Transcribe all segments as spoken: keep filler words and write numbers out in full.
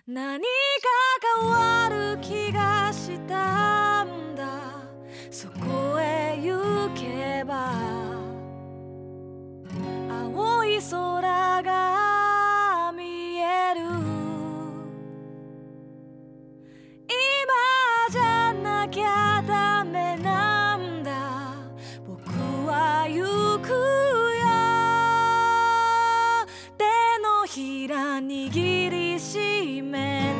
何か変わる気がしたんだ。そこへ行けば青い空が見える。今じゃなきゃダメなんだ。僕は行くよ。手のひら握りしめ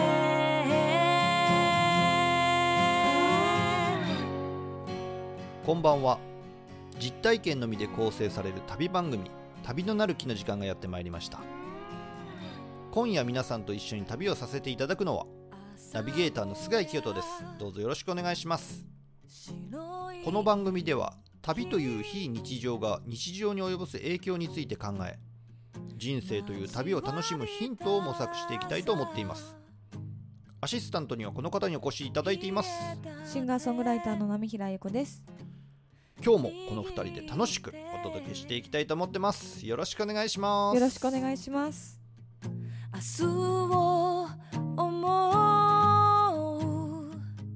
て。 こんばんは。実体験のみで構成される旅番組、旅のなる木の時間がやってまいりました。今夜皆さんと一緒に旅をさせていただくのはナビゲーターの菅井清人です。どうぞよろしくお願いします。この番組では旅という非日常が日常に及ぼす影響について考え、人生という旅を楽しむヒントを模索していきたいと思っています。アシスタントにはこの方にお越しいただいています。 シンガーソングライターの浪平愛子です。 今日もこのふたりで楽しくお届けしていきたいと思ってます。よろしくお願いします。 よろしくお願いします。 明日を思う。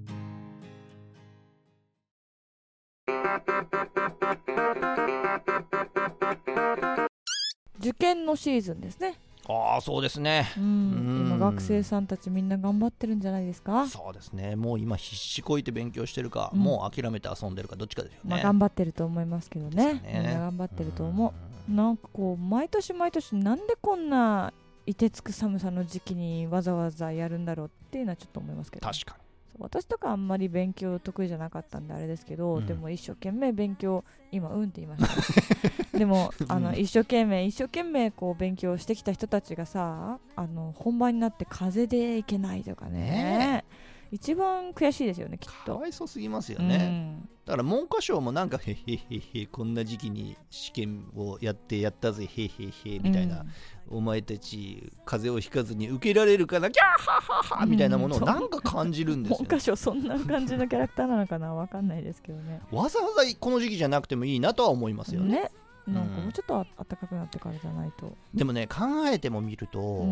受験のシーズンですね。 ああ、そうですね。 うんうん今学生さんたちみんな頑張ってるんじゃないですか。 そうですね。もう今必死こいて勉強してるか、 うん、 もう諦めて遊んでるかどっちかですよね。 まあ、頑張ってると思いますけど ね, ねみんな頑張ってると思う。なんかこう毎年毎年なんでこんないてつく寒さの時期にわざわざやるんだろうっていうのはちょっと思いますけど、ね、 確かに私とかあんまり勉強得意じゃなかったんであれですけど、うん、でも一生懸命勉強、今うんって言いましたでもあの一生懸命一生懸命こう勉強してきた人たちがさ、あの本番になって風邪でいけないとか ね, ね一番悔しいですよね、きっと。 かわいそうすぎますよね、うん、だから文科省もなんかへへへへこんな時期に試験をやってやったぜへへへみたいな、うん、お前たち風邪をひかずに受けられるかなギャーハハハみたいなものをなんか感じるんですよ、ね、 文科省そんな感じのキャラクターなのかなわかんないですけどね。 わざわざこの時期じゃなくてもいいなとは思いますよ ね, ねなんかもうちょっと暖かくなってからじゃないと、うん、 でもね考えてもみると、うん、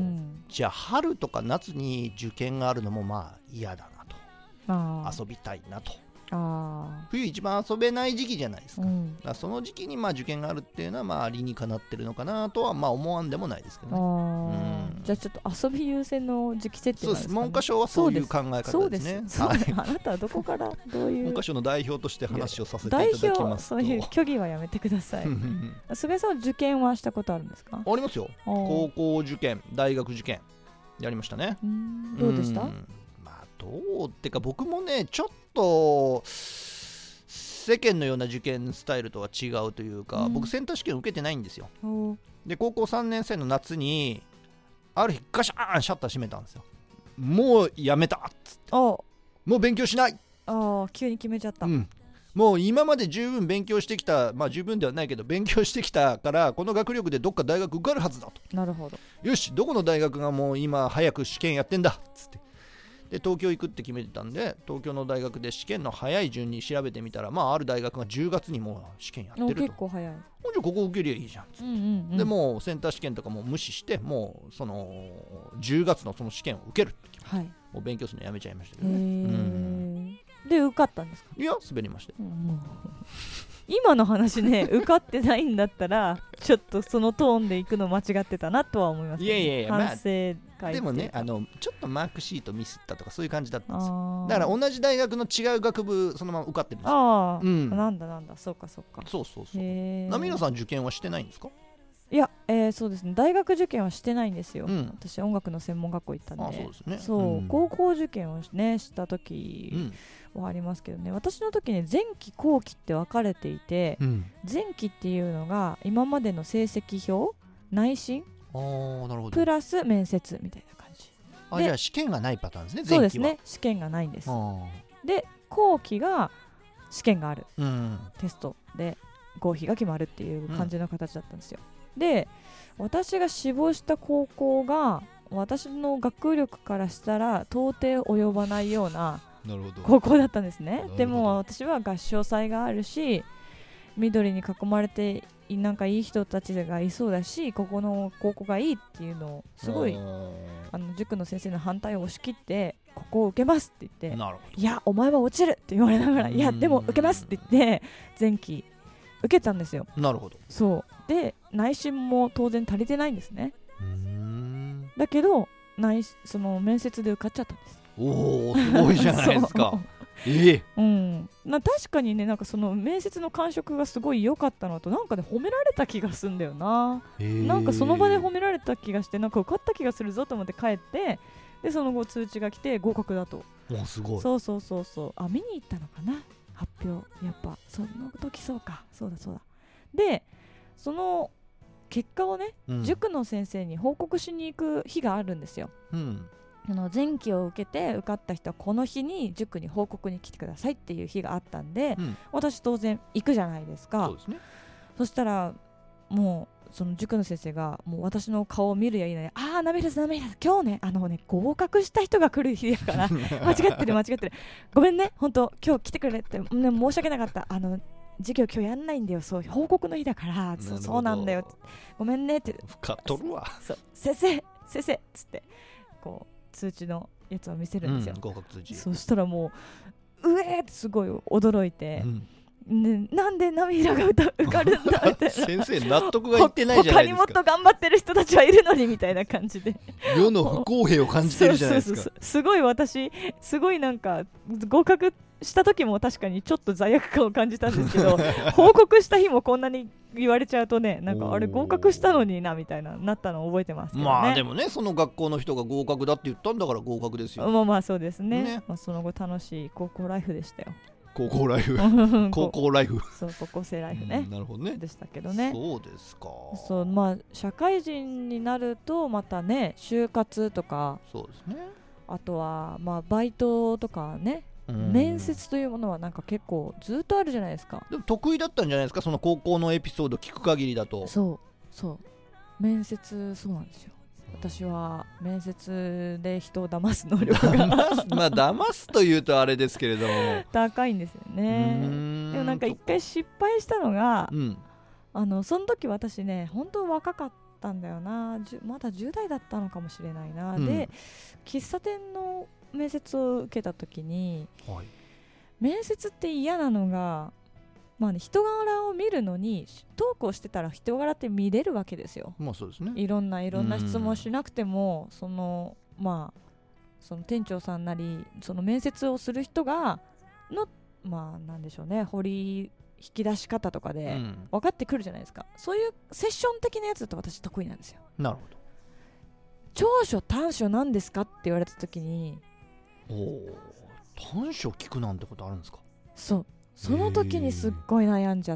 じゃあ春とか夏に受験があるのもまあ嫌だなと、あ遊びたいなと。あ冬一番遊べない時期じゃないですか、うん、だからその時期にまあ受験があるっていうのはまあ理にかなってるのかなとはまあ思わんでもないですけどね。あ、 うん、じゃあちょっと遊び優先の時期設定なんですかね。 そうです。文科省はそういう考え方ですね。 そうです。あなたはどこからどういう文科省の代表として話をさせていただきますと、 代表そういう虚偽はやめてください菅井さんは受験はしたことあるんですか。 ありますよ。高校受験、大学受験やりましたね。 うんどうでした。 どうってか僕もねちょっと世間のような受験スタイルとは違うというか、うん、僕センター試験受けてないんですよ。で高校さんねん生の夏にある日ガシャーンシャッター閉めたんですよ。もうやめたっつって、もう勉強しない。 あ急に決めちゃった、うん、 もう今まで十分勉強してきた、まあ十分ではないけど勉強してきたからこの学力でどっか大学受かるはずだと。 なるほど。 よしどこの大学がもう今早く試験やってんだっつってで東京行くって決めてたんで東京の大学で試験の早い順に調べてみたら、まあ、ある大学がじゅうがつにもう試験やってると。 結構早い。 じゃあここ受けりゃいいじゃんっつって、うんうんうん、でもうセンター試験とかも無視してもうそのじゅうがつのその試験を受けるって決めて、はい、もう勉強するのやめちゃいましたけどね。うんで受かったんですか。 いや滑りました、うん、 今の話ね受かってないんだったらちょっとそのトーンで行くの間違ってたなとは思います、ね、 いやいやいや反省会、 まあ、でもねあのちょっとマークシートミスったとかそういう感じだったんですよ。だから同じ大学の違う学部そのまま受かってるんですよ。 あ、うん、なんだなんだそうかそうか。 そうそうそう。ナミノさん受験はしてないんですか。 いや、えー、そうですね大学受験はしてないんですよ、うん、私音楽の専門学校行ったんで。あそうですね。そう、うん、高校受験を、ね、した時はありますけどね、私の時ね前期後期って分かれていて、うん、前期っていうのが今までの成績表内申あなるほどプラス面接みたいな感じ。 あじゃあ試験がないパターンですね。前期はそうですね試験がないんです。で後期が試験がある、うん、テストで合否が決まるっていう感じの形だったんですよ、うん、で私が志望した高校が私の学力からしたら到底及ばないような高校だったんですね。でも私は合唱祭があるし緑に囲まれてなんかいい人たちがいそうだし、ここの高校がいいっていうのをすごいあの塾の先生の反対を押し切って、ここを受けますって言って、 なるほど、 いやお前は落ちるって言われながら、いやでも受けますって言って前期受けたんですよ。 なるほど。 そうで内申も当然足りてないんですね。 うーん、 だけど内その面接で受かっちゃったんです。 おお、すごいじゃないですか。ええ、 うん、な確かにね、なんかその面接の感触がすごい良かったのと、なんかね褒められた気がするんだよな。なんかその場で褒められた気がして、なんか受かった気がするぞと思って帰って、でその後通知が来て合格だと。 お、すごい。 そうそうそうそう、あ見に行ったのかな、発表。やっぱその時そうか、そうだそうだ。でその結果をね、うん、塾の先生に報告しに行く日があるんですよ。うん、あの前期を受けて受かった人はこの日に塾に報告に来てくださいっていう日があったんで、うん、私当然行くじゃないですか。そうですね。そしたらもうその塾の先生がもう私の顔を見るやいない、あーなめるずなめるず、今日ねあのね合格した人が来る日だから間違ってる間違ってる、ごめんね本当今日来てくれって、ね、申し訳なかった、あの授業今日やんないんだよ、そう報告の日だから、そ, そうなんだよ、ごめんねって、 かっとるわ、 そう先生先生っつってこう通知のやつを見せるんですよ、 うん、合格通知。 そしたらもううえーってすごい驚いて、うんね、なんで涙が受かるんだみたいな先生納得がいってないじゃないですか。 他にもっと頑張ってる人たちはいるのにみたいな感じで世の不公平を感じてるじゃないですか。そうそうそう、 すごい私すごいなんか合格した時も確かにちょっと罪悪感を感じたんですけど報告した日もこんなに言われちゃうとね、なんかあれ合格したのになみたいななったのを覚えてますけどね。 まあでもね、その学校の人が合格だって言ったんだから合格ですよ。 まあまあそうですね、ね、まあ、その後楽しい高校ライフでしたよ。 高校ライフ高校ライフそう高校生ライフね、 うん、なるほどね、 でしたけどね。 そうですか。 そう、まあ社会人になるとまたね就活とか、 そうですね、 あとはまあバイトとかね、面接というものはなんか結構ずっとあるじゃないですか。 でも得意だったんじゃないですか、その高校のエピソード聞く限りだと。 そうそう面接、そうなんですよ。私は面接で人を騙す能力がまあ騙すというとあれですけれども高いんですよね。でもなんか一回失敗したのが、うん、あのその時私ね本当若かったんだよな、まだじゅう代だったのかもしれないな、うん、で喫茶店の面接を受けた時に、はい、面接って嫌なのが、まあね、人柄を見るのにトークをしてたら人柄って見れるわけですよ。 まあそうですね、 いろんないろんな質問しなくても、そのまあその店長さんなりその面接をする人がのまあなんでしょうね、掘り引き出し方とかで分かってくるじゃないですか、うん、そういうセッション的なやつだと私得意なんですよ。 なるほど。 長所短所なんですかって言われた時に、 おお、短所聞くなんてことあるんですか。 そうその時にすっごい悩んじゃって。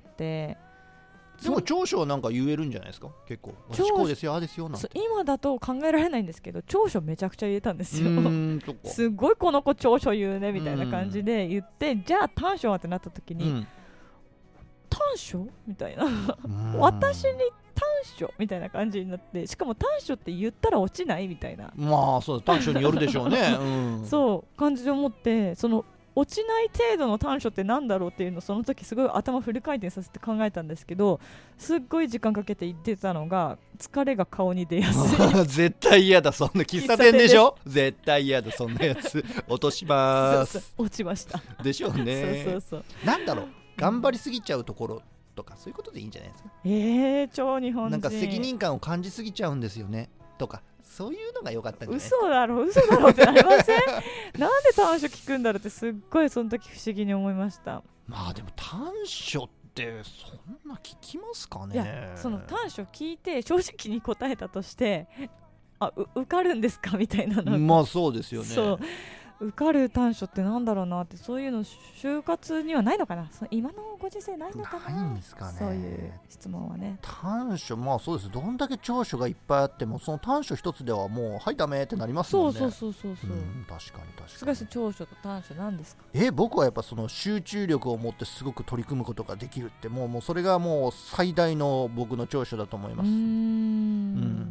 でも長所はなんか言えるんじゃないですか。結構私こうですよああですよなんて。 今だと考えられないんですけど長所めちゃくちゃ言えたんですよ。すごいこの子長所言うねみたいな感じで言って、じゃあ短所はってなった時に、うん、短所みたいな私に短所みたいな感じになって、しかも短所って言ったら落ちないみたいな、 まあそう短所によるでしょうね、うん、 そう感じで思って、その落ちない程度の短所ってなんだろうっていうのをその時すごい頭フル回転させて考えたんですけど、すっごい時間かけて言ってたのが疲れが顔に出やすい絶対嫌だそんな喫茶店でしょ絶対嫌だそんなやつ落としまーす。そうそう落ちましたでしょうね。 そうそうそう、 なんだろう頑張りすぎちゃうところとかそういうことでいいんじゃないですか。 えー、超日本人なんか責任感を感じすぎちゃうんですよねとか、そういうのが良かったんじゃないですか。 嘘だろ嘘だろってなりませんなんで短所聞くんだろうってすっごいその時不思議に思いました。 まあでも短所ってそんな聞きますかね。 いやその短所聞いて正直に答えたとしてあう受かるんですかみたいなの。 まあそうですよね。 そう受かる短所ってなんだろうなって、そういうの就活にはないのかな、今のご時世ないのかな。 ないんですかね、 そういう質問はね。 短所、まあそうです、どんだけ長所がいっぱいあってもその短所一つではもうはいダメってなりますもんね。 そうそうそうそうそう、 うん、確かに確かに。 菅井さん長所と短所なんですか。 え僕はやっぱその集中力を持ってすごく取り組むことができるってもう、もうそれがもう最大の僕の長所だと思います。うーん、うん、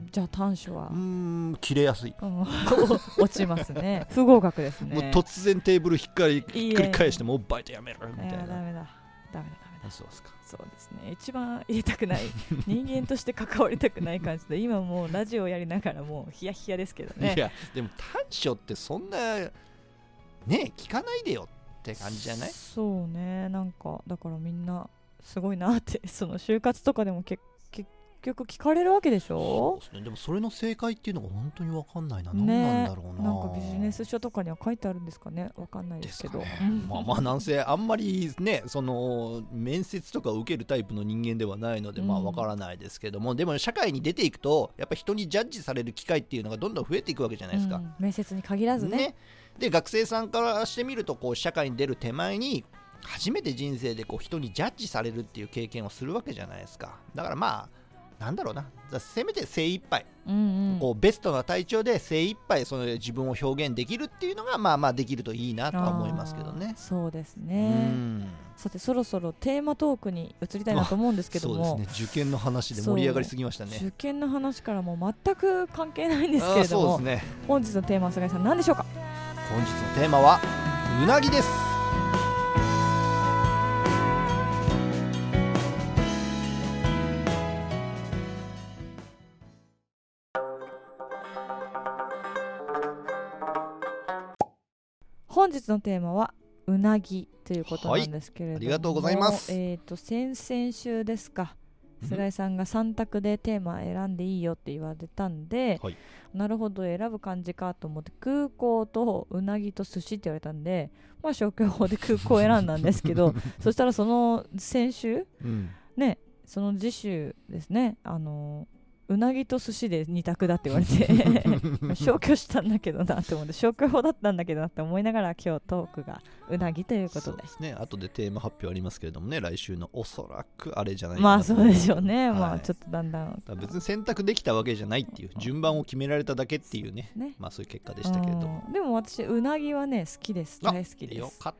じゃあ短所はうーん切れやすい、うん、 落ちますね不合格ですね。 もう突然テーブルひっくり返してもうバイトやめるみたいな。 いやダメだダメだダメだ。 そうですか。 そうですね、一番入れたくない人間として関わりたくない感じで今もうラジオやりながらもうヒヤヒヤですけどね。 いやでも短所ってそんなね聞かないでよって感じじゃない？ そうね、なんかだからみんなすごいなってその就活とかでも結局聞かれるわけでしょ。 そうですね、でもそれの正解っていうのが本当に分かんないな、ね、何なんだろうな。 なんかビジネス書とかには書いてあるんですかね、分かんないですけどですかねまあまあなんせあんまりねその面接とかを受けるタイプの人間ではないので、うん、まあ分からないですけども、でも社会に出ていくとやっぱ人にジャッジされる機会っていうのがどんどん増えていくわけじゃないですか、うん、 面接に限らず ね, ねで学生さんからしてみるとこう社会に出る手前に初めて人生でこう人にジャッジされるっていう経験をするわけじゃないですか。だからまあなんだろうな、せめて精一杯、うんうん、こうベストな体調で精一杯その自分を表現できるっていうのがまあまあできるといいなとは思いますけどね。 そうですね、うん、さてそろそろテーマトークに移りたいなと思うんですけども、 そうですね、受験の話で盛り上がりすぎましたね。 受験の話からも全く関係ないんですけれども、 そうですね、 本日のテーマは菅井さん何でしょうか？ 本日のテーマはうなぎです。 本日のテーマはうなぎということなんですけれども、はい、 ありがとうございます。 えーと先々週ですか、菅井さんがさん択でテーマ選んでいいよって言われたんで、はい、なるほど選ぶ感じかと思って空港とうなぎと寿司って言われたんで、まあ消去法で空港を選んだんですけどそしたらその先週、うん、ねその次週ですね、あのうなぎと寿司でに択だって言われて消去したんだけどなって思って、消去法だったんだけどなって思いながら今日トークがうなぎということで、そうですね、後でテーマ発表ありますけれどもね、来週のおそらくあれじゃないかな。まあそうでしょうね、はい、まあちょっとだんだん別に選択できたわけじゃないっていう、順番を決められただけっていうね、ね、まあそういう結果でしたけれども、 でも私うなぎはね好きです、大好きです。 よかった、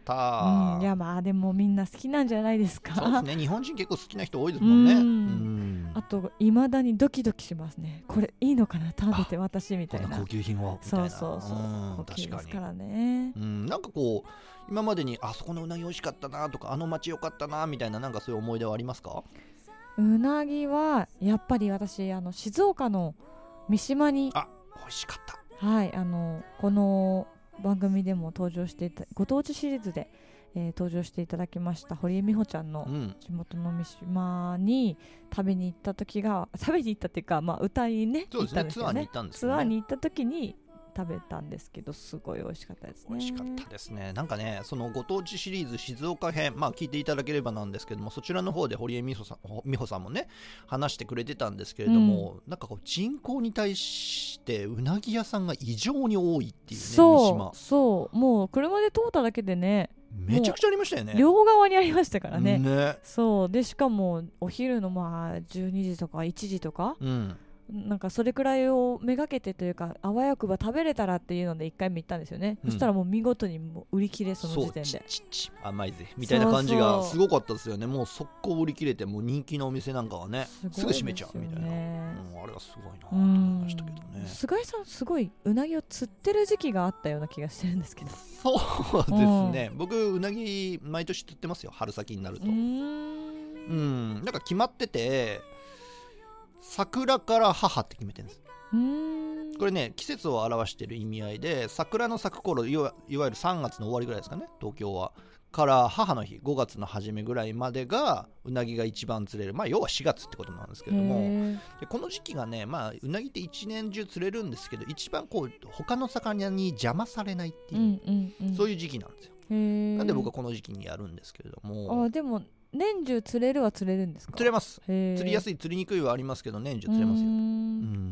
うん、いやまあでもみんな好きなんじゃないですか。 そうですね、日本人結構好きな人多いですもんね。うん、 うんあと未だにドキドキしますね、これいいのかな食べて私みたいな、 こんな高級品をみたいな。 そうそうそう、 うん、 高級ですからね。 うん、なんかこう今までにあそこのうなぎ美味しかったなとか、あの町良かったなみたいな、なんかそういう思い出はありますか？ うなぎはやっぱり私あの静岡の三島に、 あ美味しかった、 はい、あのこの番組でも登場していたご当地シリーズで、えー、登場していただきました堀江美穂ちゃんの地元の三島に食べに行った時が、食べに行ったっていうか、まあ、歌いにねそうですね、ツアーに行ったんですよね。 ツアーに行った時に食べたんですけど、すごい美味しかったですね。 美味しかったですね。なんかね、そのご当地シリーズ静岡編、まあ聞いていただければなんですけども、そちらの方で堀江美穂さん、美穂さんもね話してくれてたんですけれども、うん、なんかこう人口に対してうなぎ屋さんが異常に多いっていうね。 そう三島、 そうもう車で通っただけでねめちゃくちゃありましたよね。 両側にありましたからね。 ね、 そうでしかもお昼のまあじゅうにじとかいちじとか、うん、なんかそれくらいをめがけてというか、あわよくば食べれたらっていうのでいっかいめ行ったんですよね、うん、そしたらもう見事にもう売り切れ、その時点でそうちっち甘いぜみたいな感じがすごかったですよね。もう速攻売り切れて、もう人気のお店なんかはね す, すぐ閉めちゃうみたいな、うん、あれはすごいなと思いましたけどね。 菅井さんすごいうなぎを釣ってる時期があったような気がしてるんですけど。 そうですね、うん、僕うなぎ毎年釣ってますよ、春先になると。うーん、うん、なんか決まってて、桜から母って決めてるんです。うーん、これね季節を表している意味合いで、桜の咲く頃、いわ、いわゆるさんがつの終わりぐらいですかね、東京はから母の日ごがつの初めぐらいまでがうなぎが一番釣れる、まあ要はしがつってことなんですけれども、でこの時期がね、まあうなぎって一年中釣れるんですけど、一番こう他の魚に邪魔されないっていう、うんうんうん、そういう時期なんですよ。なんで僕はこの時期にやるんですけれども。 あ、でも年中釣れるは釣れるんですか？ 釣れます。釣りやすい釣りにくいはありますけど、年中釣れますよ。うん、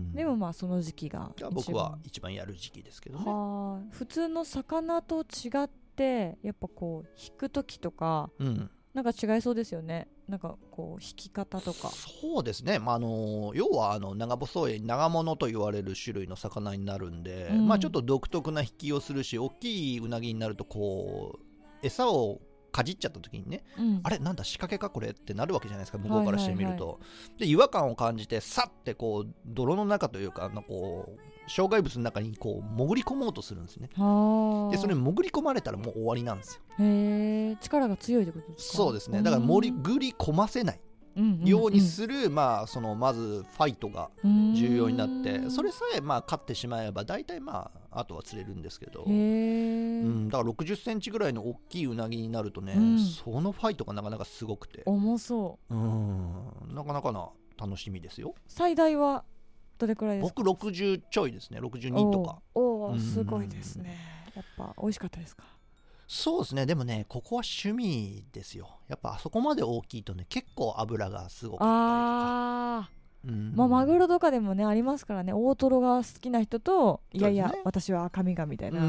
でもまあその時期が僕は一番やる時期ですけどね。 は普通の魚と違ってやっぱこう引く時とか、うん、なんか違いそうですよね。なんかこう引き方とか。 そうですね、まあ、あの要はあの長細い長物と言われる種類の魚になるんで、うん、まあ、ちょっと独特な引きをするし、大きいうなぎになるとこう餌をかじっちゃった時にね、うん、あれなんだ仕掛けかこれってなるわけじゃないですか、向こうからしてみると、はいはいはい、で違和感を感じてさってこう泥の中というか、こう障害物の中にこう潜り込もうとするんですね。でそれに潜り込まれたらもう終わりなんですよ。 へー、力が強いってことですか？ そうですね。だから潜り込ませないようにする、うんうんうん、まあ、そのまずファイトが重要になって、それさえまあ勝ってしまえば大体まああとは釣れるんですけど、うん、だからろくじゅっセンチぐらいの大きいうなぎになるとね、うん、そのファイトがなかなかすごくて重そう、 うん、なかなかな楽しみですよ。 最大はどれくらいですか？ 僕ろくじゅうちょいですね。ろくじゅうにとか。 おお、すごいですね。やっぱ美味しかったですか？ そうですね。でもね、ここは趣味ですよ。やっぱあそこまで大きいとね、結構脂がすごかったりとか。あうん、まあ、マグロとかでもねありますからね。大トロが好きな人と、いやいや、ね、私は赤身がみたいな。うん、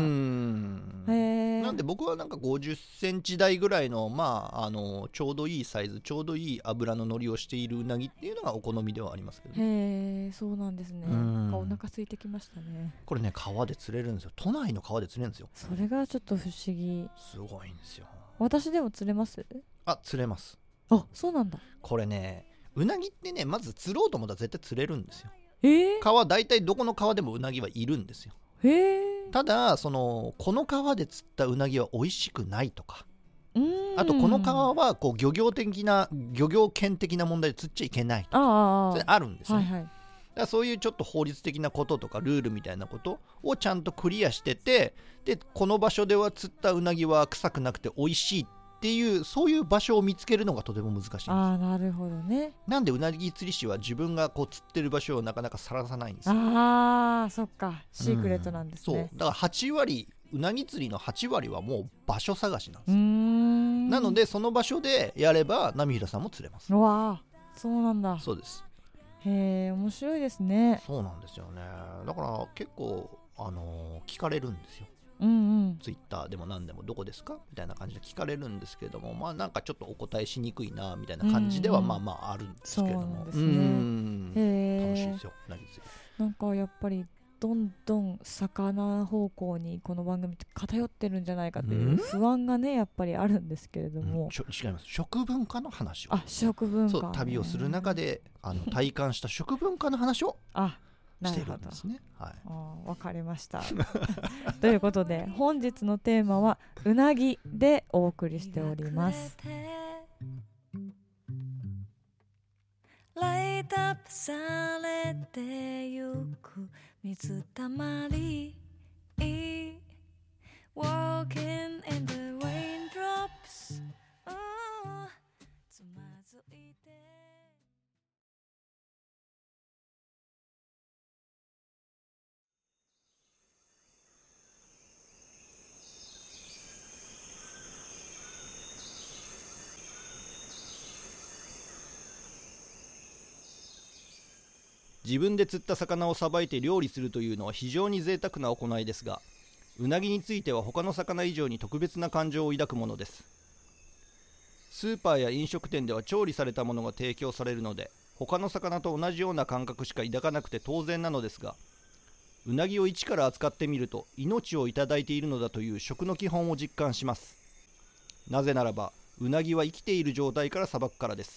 へー。なんで僕はなんかごじゅっセンチ台ぐらいの、まあ、あのちょうどいいサイズ、ちょうどいい脂の乗りをしているうなぎっていうのがお好みではありますけど、ね、 へー、そうなんですね。なんかお腹空いてきましたね。 これね、川で釣れるんですよ。都内の川で釣れるんですよ。 それがちょっと不思議。 すごいんですよ。 私でも釣れます？ あ、釣れます。 あ、そうなんだ。 これね、うなぎってね、まず釣ろうと思ったら絶対釣れるんですよ。 えー、 川、大体どこの川でもうなぎはいるんですよ。 へー。 ただそのこの川で釣ったうなぎは美味しくないとか、あとこの川はこう漁業的な漁業権的な問題で釣っちゃいけないとか、あそれあるんですよ、ね、はいはい、だからそういうちょっと法律的なこととかルールみたいなことをちゃんとクリアしてて、でこの場所では釣ったうなぎは臭くなくて美味しいっていう、そういう場所を見つけるのがとても難しいんです。 あ、なるほどね。 なんでうなぎ釣り師は自分がこう釣ってる場所をなかなかさらさないんですよ。 あー、そっか、シークレットなんですね、 うん、そうだからはち割、うなぎ釣りのはち割はもう場所探しなんですよ。うーん、なのでその場所でやれば波平さんも釣れます。 うわー、そうなんだ。 そうです。 へー、面白いですね。 そうなんですよね。だから結構、あのー、聞かれるんですよ。 うんうん、 ツイッターでも何でもどこですかみたいな感じで聞かれるんですけども、まあなんかちょっとお答えしにくいなみたいな感じではまあまああるんですけれども、 そうですね、うん、へ楽しいですよ、うなぎ釣り。 なんかやっぱりどんどん魚方向にこの番組って偏ってるんじゃないかという不安がねやっぱりあるんですけれども、うん、 違います。食文化の話を、 あ、食文化、ね、 そう、旅をする中であの体感した食文化の話をあしてるんですね。はい、 あ、分かりましたということで本日のテーマはうなぎでお送りしております。ライトアップされてゆく水たまり Walking in the raindrops、oh、つまずいて自分で釣った魚をさばいて料理するというのは非常に贅沢な行いですが、うなぎについては他の魚以上に特別な感情を抱くものです。スーパーや飲食店では調理されたものが提供されるので、他の魚と同じような感覚しか抱かなくて当然なのですが、うなぎを一から扱ってみると命をいただいているのだという食の基本を実感します。なぜならばうなぎは生きている状態からさばくからです。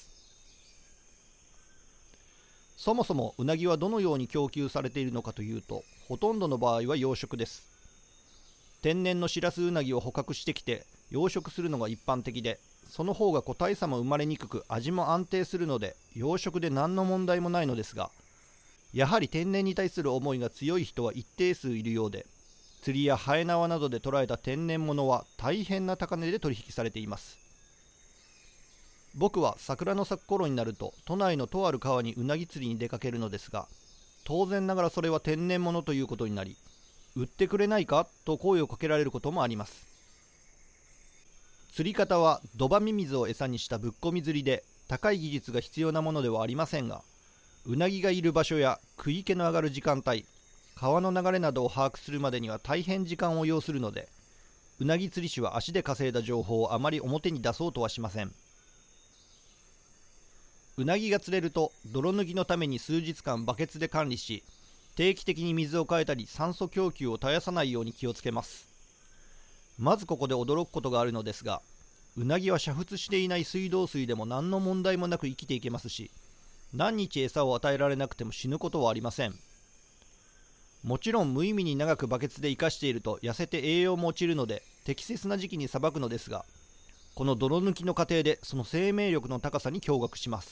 そもそもうなぎはどのように供給されているのかというと、ほとんどの場合は養殖です。天然のシラスウナギを捕獲してきて養殖するのが一般的で、その方が個体差も生まれにくく味も安定するので養殖で何の問題もないのですが、やはり天然に対する思いが強い人は一定数いるようで、釣りやハエ縄などで捕らえた天然物は大変な高値で取引されています。僕は桜の咲く頃になると都内のとある川にうなぎ釣りに出かけるのですが、当然ながらそれは天然物ということになり、売ってくれないかと声をかけられることもあります。釣り方はドバミミズを餌にしたぶっこみ釣りで、高い技術が必要なものではありませんが、うなぎがいる場所や食い気の上がる時間帯、川の流れなどを把握するまでには大変時間を要するので、うなぎ釣り師は足で稼いだ情報をあまり表に出そうとはしません。うなぎが釣れると泥抜きのために数日間バケツで管理し、定期的に水を変えたり酸素供給を絶やさないように気をつけます。まずここで驚くことがあるのですが、うなぎは煮沸していない水道水でも何の問題もなく生きていけますし、何日餌を与えられなくても死ぬことはありません。 もちろん無意味に長くバケツで生かしていると痩せて栄養も落ちるので適切な時期にさばくのですが、この泥抜きの過程でその生命力の高さに驚愕します。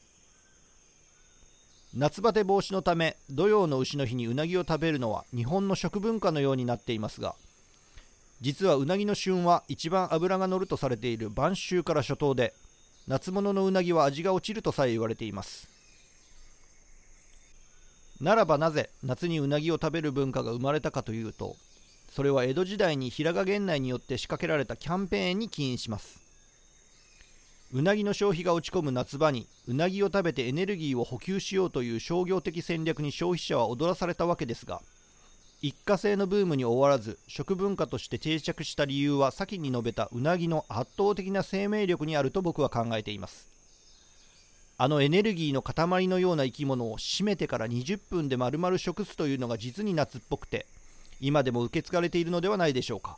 夏バテ防止のため土曜の丑の日にうなぎを食べるのは日本の食文化のようになっていますが、実はうなぎの旬は一番脂が乗るとされている晩秋から初冬で、夏物のうなぎは味が落ちるとさえ言われています。ならばなぜ夏にうなぎを食べる文化が生まれたかというと、それは江戸時代に平賀源内によって仕掛けられたキャンペーンに起因します。うなぎの消費が落ち込む夏場にうなぎを食べてエネルギーを補給しようという商業的戦略に消費者は踊らされたわけですが、一過性のブームに終わらず食文化として定着した理由は先に述べたうなぎの圧倒的な生命力にあると僕は考えています。あのエネルギーの塊のような生き物を締めてからにじゅっぷんで丸々食すというのが実に夏っぽくて、今でも受け継がれているのではないでしょうか。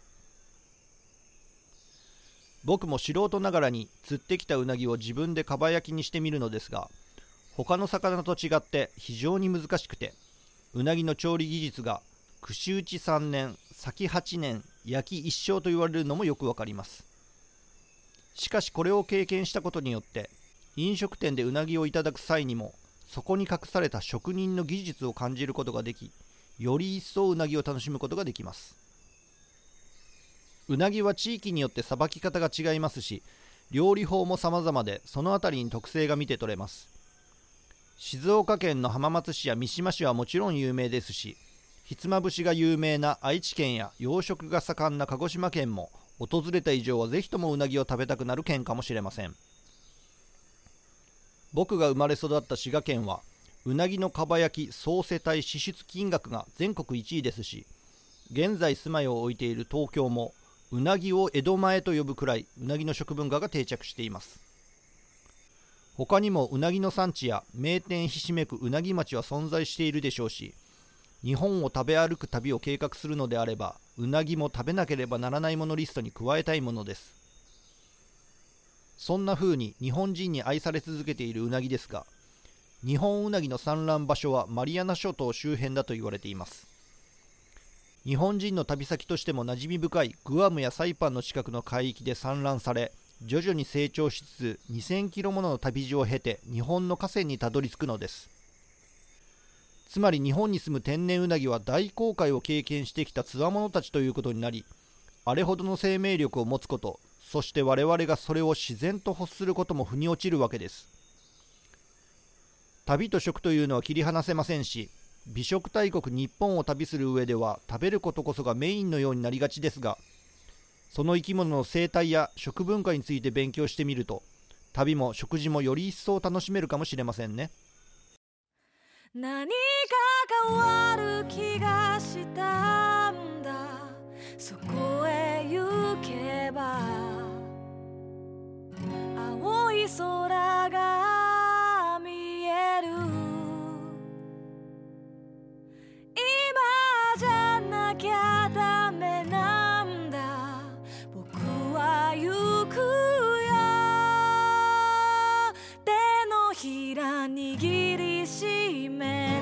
僕も素人ながらに釣ってきたうなぎを自分でかば焼きにしてみるのですが、他の魚と違って非常に難しくて、うなぎの調理技術が串打ちさんねん、裂きはちねん、焼き一生と言われるのもよくわかります。しかしこれを経験したことによって、飲食店でうなぎをいただく際にもそこに隠された職人の技術を感じることができ、より一層うなぎを楽しむことができます。うなぎは地域によってさばき方が違いますし、料理法も様々で、そのあたりに特性が見て取れます。静岡県の浜松市や三島市はもちろん有名ですし、ひつまぶしが有名な愛知県や養殖が盛んな鹿児島県も、訪れた以上はぜひともうなぎを食べたくなる県かもしれません。僕が生まれ育った滋賀県はうなぎのかば焼き総世帯支出金額が全国いちいですし、現在住まいを置いている東京もうなぎを江戸前と呼ぶくらいうなぎの食文化が定着しています。他にもうなぎの産地や名店ひしめくうなぎ町は存在しているでしょうし、日本を食べ歩く旅を計画するのであれば、うなぎも食べなければならないものリストに加えたいものです。そんな風に日本人に愛され続けているうなぎですが、日本うなぎの産卵場所はマリアナ諸島周辺だと言われています。日本人の旅先としても馴染み深いグアムやサイパンの近くの海域で産卵され、徐々に成長しつつにせんキロものの旅路を経て日本の河川にたどり着くのです。つまり日本に住む天然うなぎは大航海を経験してきたつわものたちということになり、あれほどの生命力を持つこと、そして我々がそれを自然と欲することも腑に落ちるわけです。旅と食というのは切り離せませんし、美食大国日本を旅する上では食べることこそがメインのようになりがちですが、その生き物の生態や食文化について勉強してみると、旅も食事もより一層楽しめるかもしれませんね。 何か変わる気がしたんだ、そこへ行けば青い空が見える。今じゃなきゃダメなんだ、僕は行くよ。手のひら握りしめ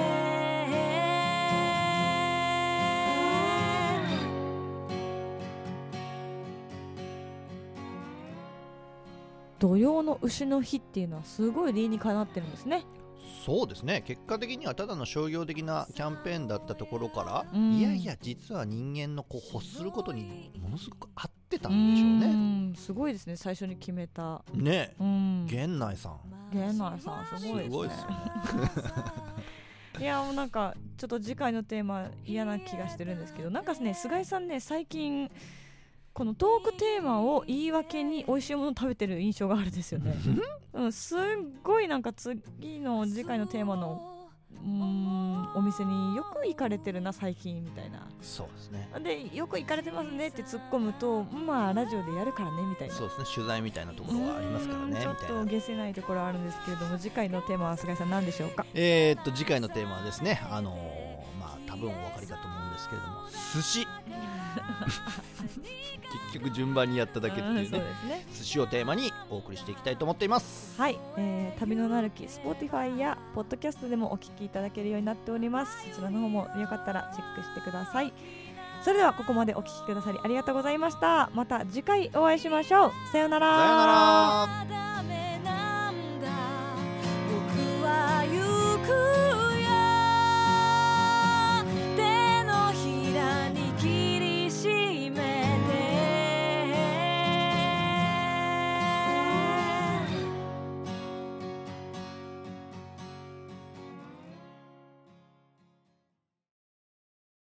土曜の丑の日っていうのはすごい理にかなってるんですね。 そうですね。結果的にはただの商業的なキャンペーンだったところから、うん、いやいや実は人間のこう欲することにものすごく合ってたんでしょうね。 うん、すごいですね。最初に決めたね、うん、源内さん源内さんすごいですね。すごいですねいやもうなんかちょっと次回のテーマ嫌な気がしてるんですけど、なんかね菅井さんね最近このトークテーマを言い訳に美味しいものを食べてる印象があるんですよね、うん、すっごいなんか次の次回のテーマのうーんお店によく行かれてるな最近みたいな。 そうですね。 でよく行かれてますねって突っ込むと、まあラジオでやるからねみたいな。 そうですね。取材みたいなところがありますからねみたいな。 ちょっと下せないところはあるんですけれども、次回のテーマは菅井さん何でしょうか。 えー、っと次回のテーマはですね、あのー、まあ多分お分かりかと思うんですけれども、寿司。 結局順番にやっただけっていうね、 うん、そうですね。 寿司をテーマにお送りしていきたいと思っています。 はい、えー、旅のなるき Spotify や Podcast でもお聞きいただけるようになっております。そちらの方もよかったらチェックしてください。それではここまでお聞きくださりありがとうございました。また次回お会いしましょう。さようなら。 さようなら。